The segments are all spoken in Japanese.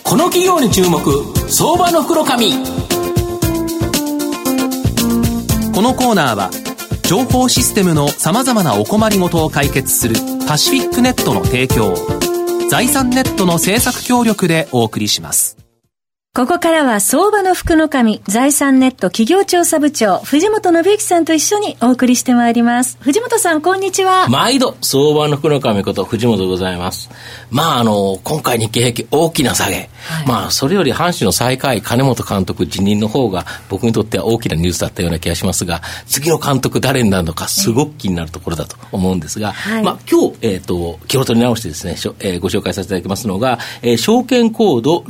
この企業に注目、相場の袋紙。 このコーナーは情報システムのさまざまなお困りごとを解決するパシフィックネットの提供、財産ネットの制作協力でお送りします。 ここからは相場の福の神、財産ネット企業調査部長藤本信之さんと一緒にお送りしてまいります。藤本さん、こんにちは。 毎度相場の福の神こと藤本でございます。今回日経平均大きな下げ、それより阪神の最下位金本監督辞任の方が僕にとっては大きなニュースだったような気がしますが、次の監督誰になるのかすごく気になるところだと思うんですが、今日、気を取り直してですね、ご紹介させていただきますのが、証券コード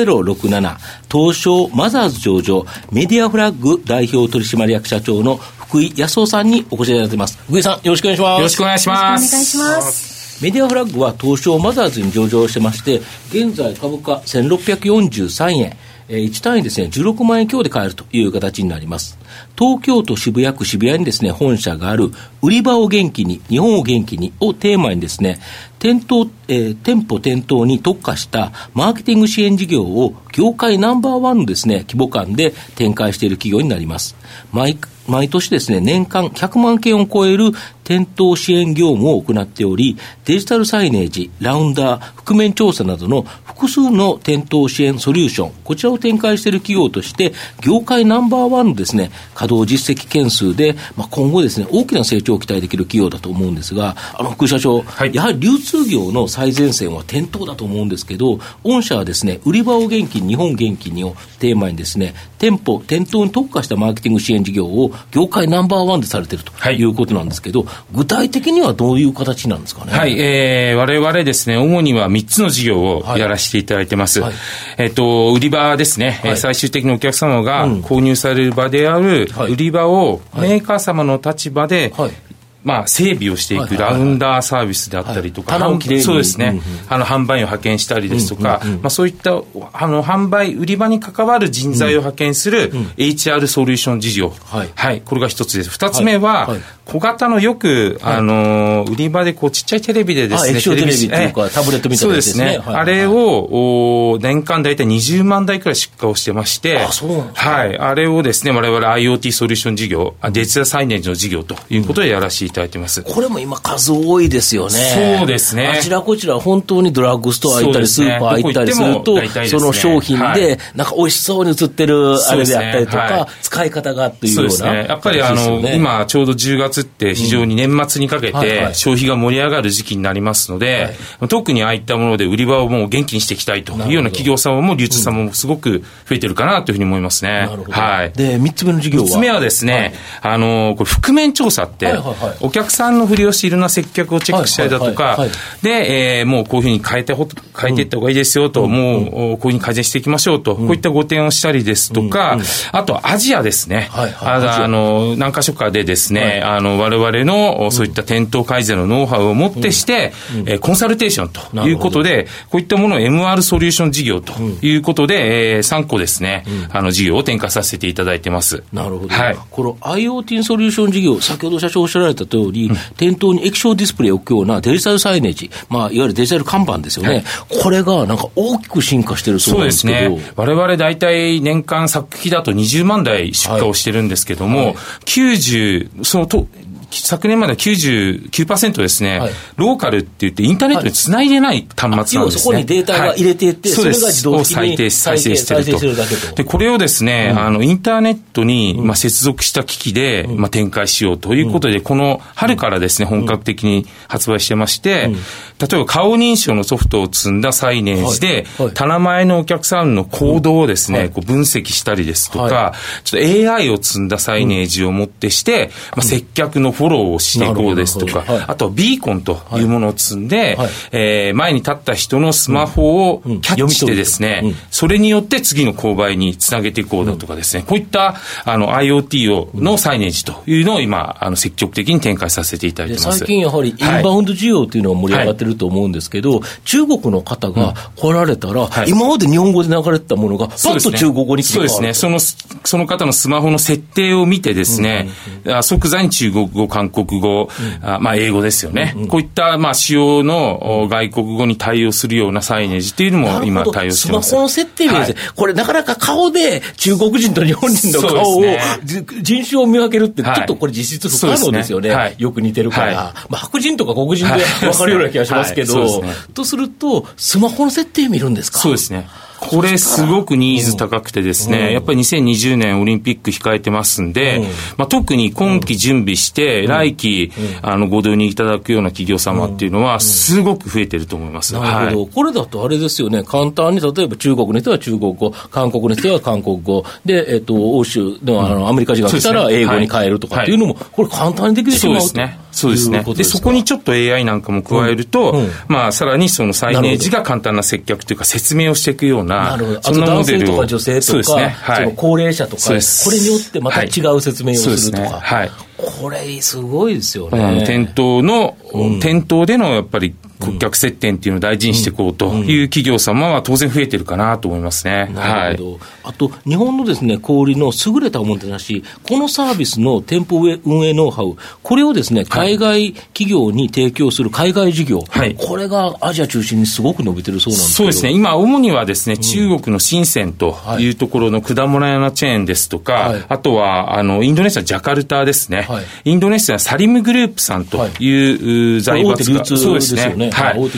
6067東証マザーズ上場メディアフラッグ代表取締役社長の福井康夫さんにお越しいただいています。福井さん、よろしくお願いします。 よろしくお願いします。 お願いします。 メディアフラッグは東証マザーズに上場してまして、現在株価1643円、1単位ですね、16万円強で買えるという形になります。東京都渋谷区渋谷にですね、本社がある売り場を元気に、日本を元気にをテーマにですね、店舗店頭に特化したマーケティング支援事業を業界ナンバーワンのですね、規模感で展開している企業になります。毎年ですね、年間100万件を超える店頭支援業務を行っており、デジタルサイネージ、ラウンダー、覆面調査などの複数の店頭支援ソリューション、こちらを展開している企業として、業界ナンバーワンのですね、稼働実績件数で、今後ですね、大きな成長を期待できる企業だと思うんですが、福井社長、やはり流通業の最前線は店頭だと思うんですけど、御社はですね、売り場を元気に、日本元気にをテーマにですね、店頭に特化したマーケティング支援事業を業界ナンバーワンでされているということなんですけど、具体的にはどういう形なんですかね。 我々ですね、主には3つの事業をやらせていただいてます。売り場ですね、最終的にお客様が購入される場である売り場をメーカー様の立場で、整備をしていくラウンダーサービスであったりとか、 棚をきれいに、 そうですね、販売員を派遣したりですとか、そういった販売売り場に関わる人材を派遣する HR ソリューション事業、これが一つです。二つ目は、小型のよく、売り場でちっちゃいテレビでですね、 液晶テレビっていうかタブレットみたいなやつですね。 そうですね、あれを年間大体20万台くらい出荷をしてまして、あれをですね、我々 IoT ソリューション事業、デジタルサイネージの事業ということでやらせていただいてます。 これも今数多いですよね。 そうですね。 あちらこちら本当にドラッグストア行ったり、スーパー行ったりすると、その商品でなんか美味しそうに映ってるあれであったりとか、使い方がっていうような。 そうですね。やっぱり今ちょうど10月って非常に年末にかけて消費が盛り上がる時期になりますので、特にああいったもので売り場をもう元気にしていきたいというような企業様も流通様もすごく増えてるかなというふうに思いますね。 なるほど。で、3つ目の事業は？ 3つ目はですね、これ覆面調査って、お客さんのふりをしていろんな接客をチェックしたりだとか、で、もうこういうふうに変えていった方がいいですよと、もうこういうふうに改善していきましょうと、こういったご提案をしたりですとか、あとアジアですね、何か所かでですね、我々のそういった店頭改善のノウハウをもってして、コンサルテーションということで、こういったものを MR ソリューション事業ということで、3個ですね、事業を展開させていただいてます。 なるほど。この IoT ソリューション事業、先ほど社長おっしゃられた通り、店頭に液晶ディスプレイを置くようなデジタルサイネージ、いわゆるデジタル看板ですよね。これがなんか大きく進化してるそうなんですけど。そうですね。我々大体年間昨期だと20万台出荷をしてるんですけども、昨年までは 99% ですね、ローカルって言ってインターネットにつないでない端末なんですね。 そこにデータが入れていって、それが自動的に再生してると。で、これをですね、インターネットに、接続した機器で、展開しようということで、この春からですね、本格的に発売してまして、例えば顔認証のソフトを積んだサイネージで、棚前のお客さんの行動をですね、分析したりですとか、ちょっと AI を積んだサイネージをもってして、接客のフォローをしていこうですとか、あとはビーコンというものを積んで、前に立った人のスマホをキャッチしてですね、それによって次の購買につなげていこうだとかですね、こういったIoT のサイネージというのを今積極的に展開させていただいてます。 最近やはりインバウンド需要というのが盛り上がってると思うんですけど、中国の方が来られたら、今まで日本語で流れてたものがパッと中国語に切り替わる。 そうですね。その方のスマホの設定を見てですね、即座に中国語語、韓国語、英語ですよね。こういった、主要の外国語に対応するようなサイネージっていうのも今対応してます。 スマホの設定ですね。これなかなか顔で中国人と日本人の顔を、人種を見分けるって、ちょっとこれ実質不可能ですよね。よく似てるから。白人とか黒人で分かるような気がしますけど、とすると、スマホの設定見るんですか？ そうですね。これすごくニーズ高くてですね、やっぱり2020年オリンピック控えてますんで、特に今期準備して来期ご導入いただくような企業様っていうのはすごく増えてると思います。 なるほど。これだとあれですよね、簡単に例えば中国の人は中国語、韓国の人は韓国語で、欧州のアメリカ人が来たら英語に変えるとかっていうのも、これ簡単にできてしまうと。 そうですね。で、そこにちょっと AI なんかも加えると、さらにそのサイネージが簡単な接客というか説明をしていくような、 そんなモデルを。あと男性とか女性とか、その高齢者とか、これによってまた違う説明をするとか。これすごいですよね。 店頭でのやっぱり顧客接点っていうのを大事にしていこうという企業様は当然増えてるかなと思いますね。 なるほど。あと日本のですね、小売の優れたおもてなし、このサービスの店舗運営ノウハウ、これをですね、海外企業に提供する海外事業、これがアジア中心にすごく伸びてるそうなんですけど。 そうですね。今主にはですね、中国の深センというところの果物屋のチェーンですとか、あとはインドネシアジャカルタですね。インドネシアサリムグループさんという財閥が、そうですね。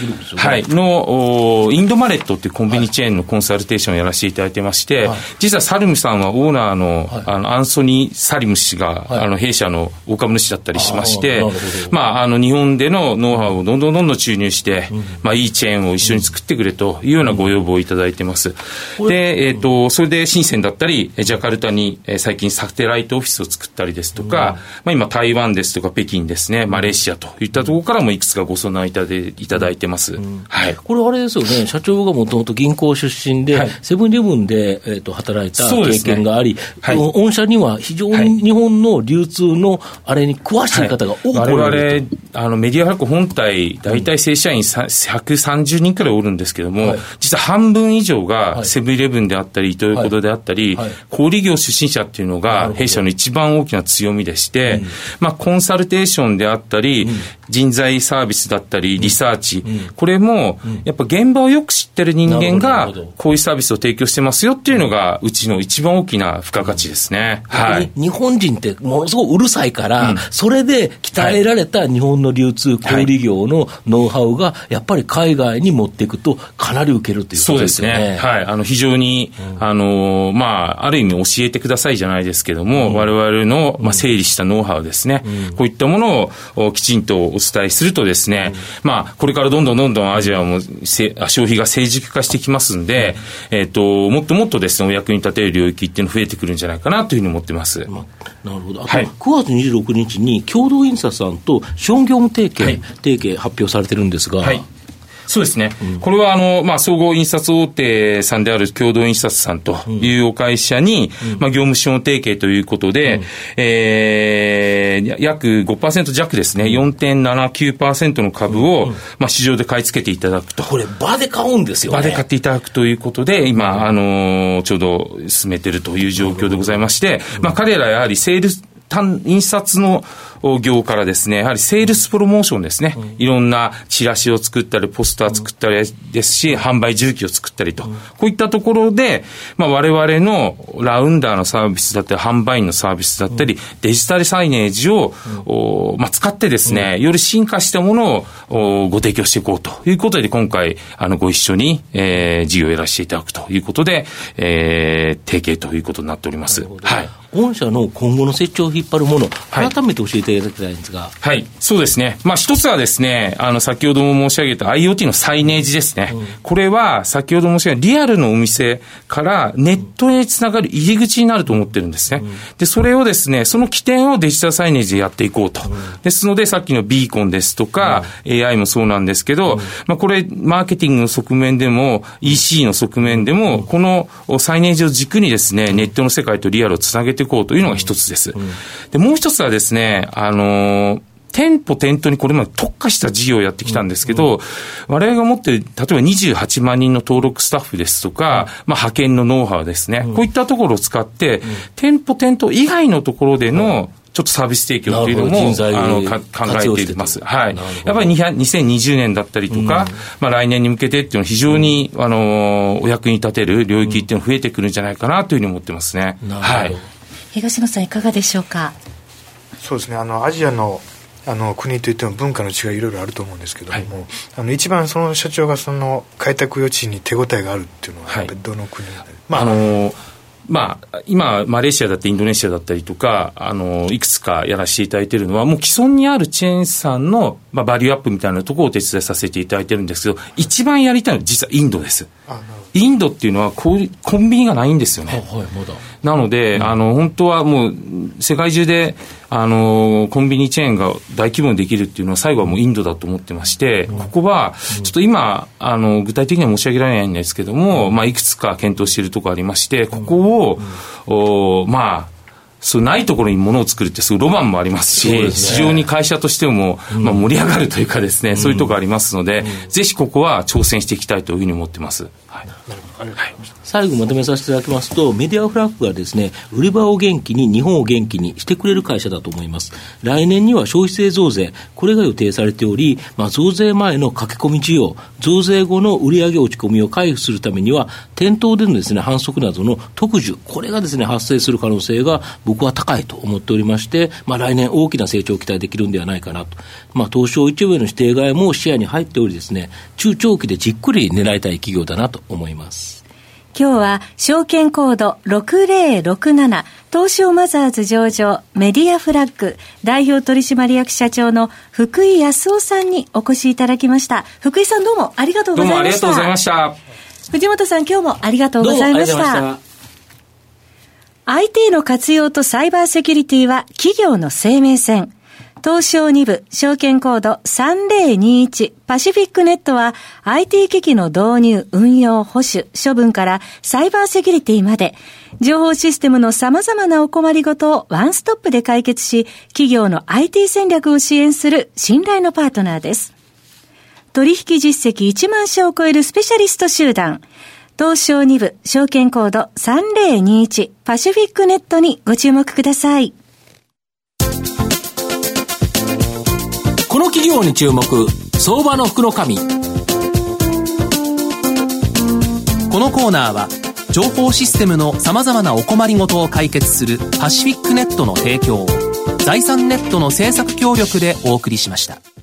のインドマレットっていうコンビニチェーンのコンサルテーションをやらせていただいてまして、実はサリムさんはオーナーの、アンソニー・サリム氏が、弊社の大株主だったりしまして、日本でのノウハウをどんどん注入して、いいチェーンを一緒に作ってくれというようなご要望をいただいてます。で、それで深センだったりジャカルタに最近サテライトオフィスを作ったりですとか、今台湾ですとか北京ですね、マレーシアといったところからもいくつかご相談いただいてます。 これあれですよね、社長がもともと銀行出身で、セブンイレブンで、働いた経験があり、御社には非常に日本の流通のあれに詳しい方が多くおられると。 我々メディアハック本体大体正社員130人くらいおるんですけども、実は半分以上がセブンイレブンであったりイトーヨーコであったり、小売業出身者っていうのが弊社の一番大きな強みでして、コンサルテーションであったり、人材サービスだったりリサーチ、これもやっぱ現場をよく知ってる人間がこういうサービスを提供してますよっていうのがうちの一番大きな付加価値ですね。 日本人ってものすごくうるさいから、それで鍛えられた日本の流通小売業のノウハウがやっぱり海外に持っていくとかなり受けるということですよね。 そうですね。非常にある意味教えてくださいじゃないですけども、我々の整理したノウハウですね、こういったものをきちんとお伝えするとですね、これからどんどんアジアも消費が成熟化してきますんで、もっともっとですねお役に立てる領域っていうの増えてくるんじゃないかなというふうに思ってます。 なるほど。あと9月26日に共同印刷さんと資本業務提携発表されてるんですが、 そうですね。これは総合印刷大手さんである共同印刷さんというお会社に、業務資本提携ということで、約 5% 弱ですね、4.79% の株を、市場で買い付けていただくと。 これ場で買うんですよね。 場で買っていただくということで、今、ちょうど進めているという状況でございまして、彼らやはり印刷の業からですね、やはりセールスプロモーションですね、いろんなチラシを作ったりポスター作ったりですし、販売重機を作ったりと、こういったところで、我々のラウンダーのサービスだったり販売員のサービスだったり、デジタルサイネージを、使ってですね、より進化したものをご提供していこうということで、今回ご一緒に、事業をやらせていただくということで、提携ということになっております。 御社の今後の成長を引っ張るもの、改めて教えていただきたいんですが。 そうですね。一つはですね、先ほども申し上げた IoT のサイネージですね。これは先ほど申し上げたリアルのお店からネットにつながる入り口になると思ってるんですね。で、それをですね、その起点をデジタルサイネージでやっていこうと。ですので、さっきのビーコンですとか、AI もそうなんですけど、これ、マーケティングの側面でも、EC の側面でも、このサイネージを軸にですね、ネットの世界とリアルをつなげていこうというのが一つです。で、もう一つはですね、店舗店頭にこれまで特化した事業をやってきたんですけど、我々が持っている、例えば28万人の登録スタッフですとか、派遣のノウハウですね、こういったところを使って、店舗店頭以外のところでのちょっとサービス提供というのも考えています。はい。やっぱり2020年だったりとか、来年に向けてっていうのは非常に、お役に立てる領域っていうのが増えてくるんじゃないかなというふうに思ってますね。はい。 東野さんいかがでしょうか。 そうですね、アジアの国といっても文化の違いいろいろあると思うんですけども、はい、一番その社長がその開拓余地に手応えがあるっていうのはやっぱりどの国で、 今マレーシアだってインドネシアだったりとかいくつかやらせていただいているのはもう既存にあるチェーンさんの、バリューアップみたいなところをお手伝いさせていただいてるんですけど、一番やりたいのは実はインドです。インドっていうのはコンビニがないんですよね。なので、本当はもう世界中でコンビニチェーンが大規模にできるっていうのは最後はもうインドだと思ってまして、ここはちょっと今具体的には申し上げられないんですけども、いくつか検討しているところありまして、ここをそうないところに物を作るってすごいロマンもありますし、非常に会社としても、盛り上がるというかですね、そういうところありますので、ぜひここは挑戦していきたいというふうに思ってます。はい。 最後まとめさせていただきますと、メディアフラッグがですね、売り場を元気に日本を元気にしてくれる会社だと思います。来年には消費税増税、これが予定されており、増税前の駆け込み需要、増税後の売上落ち込みを回避するためには、店頭でのですね、販促などの特需、これがですね、発生する可能性が僕は高いと思っておりまして、来年大きな成長を期待できるんではないかなと。東証一部への指定買いも視野に入っておりですね、中長期でじっくり狙いたい企業だなと思います。 今日は証券コード6067東証マザーズ上場メディアフラッグ代表取締役社長の福井康夫さんにお越しいただきました。福井さんどうもありがとうございました。どうもありがとうございました。藤本さん今日もありがとうございました。IT の活用とサイバーセキュリティは企業の生命線。東証2部証券コード3021パシフィックネットは IT 機器の導入、運用、保守、処分からサイバーセキュリティまで情報システムの様々なお困りごとをワンストップで解決し、企業の IT 戦略を支援する信頼のパートナーです。取引実績1万社を超えるスペシャリスト集団東証2部証券コード3021パシフィックネットにご注目ください。 この企業に注目、相場の福の神。 このコーナーは情報システムのさまざまなお困りごとを解決するパシフィックネットの提供、財産ネットの制作協力でお送りしました。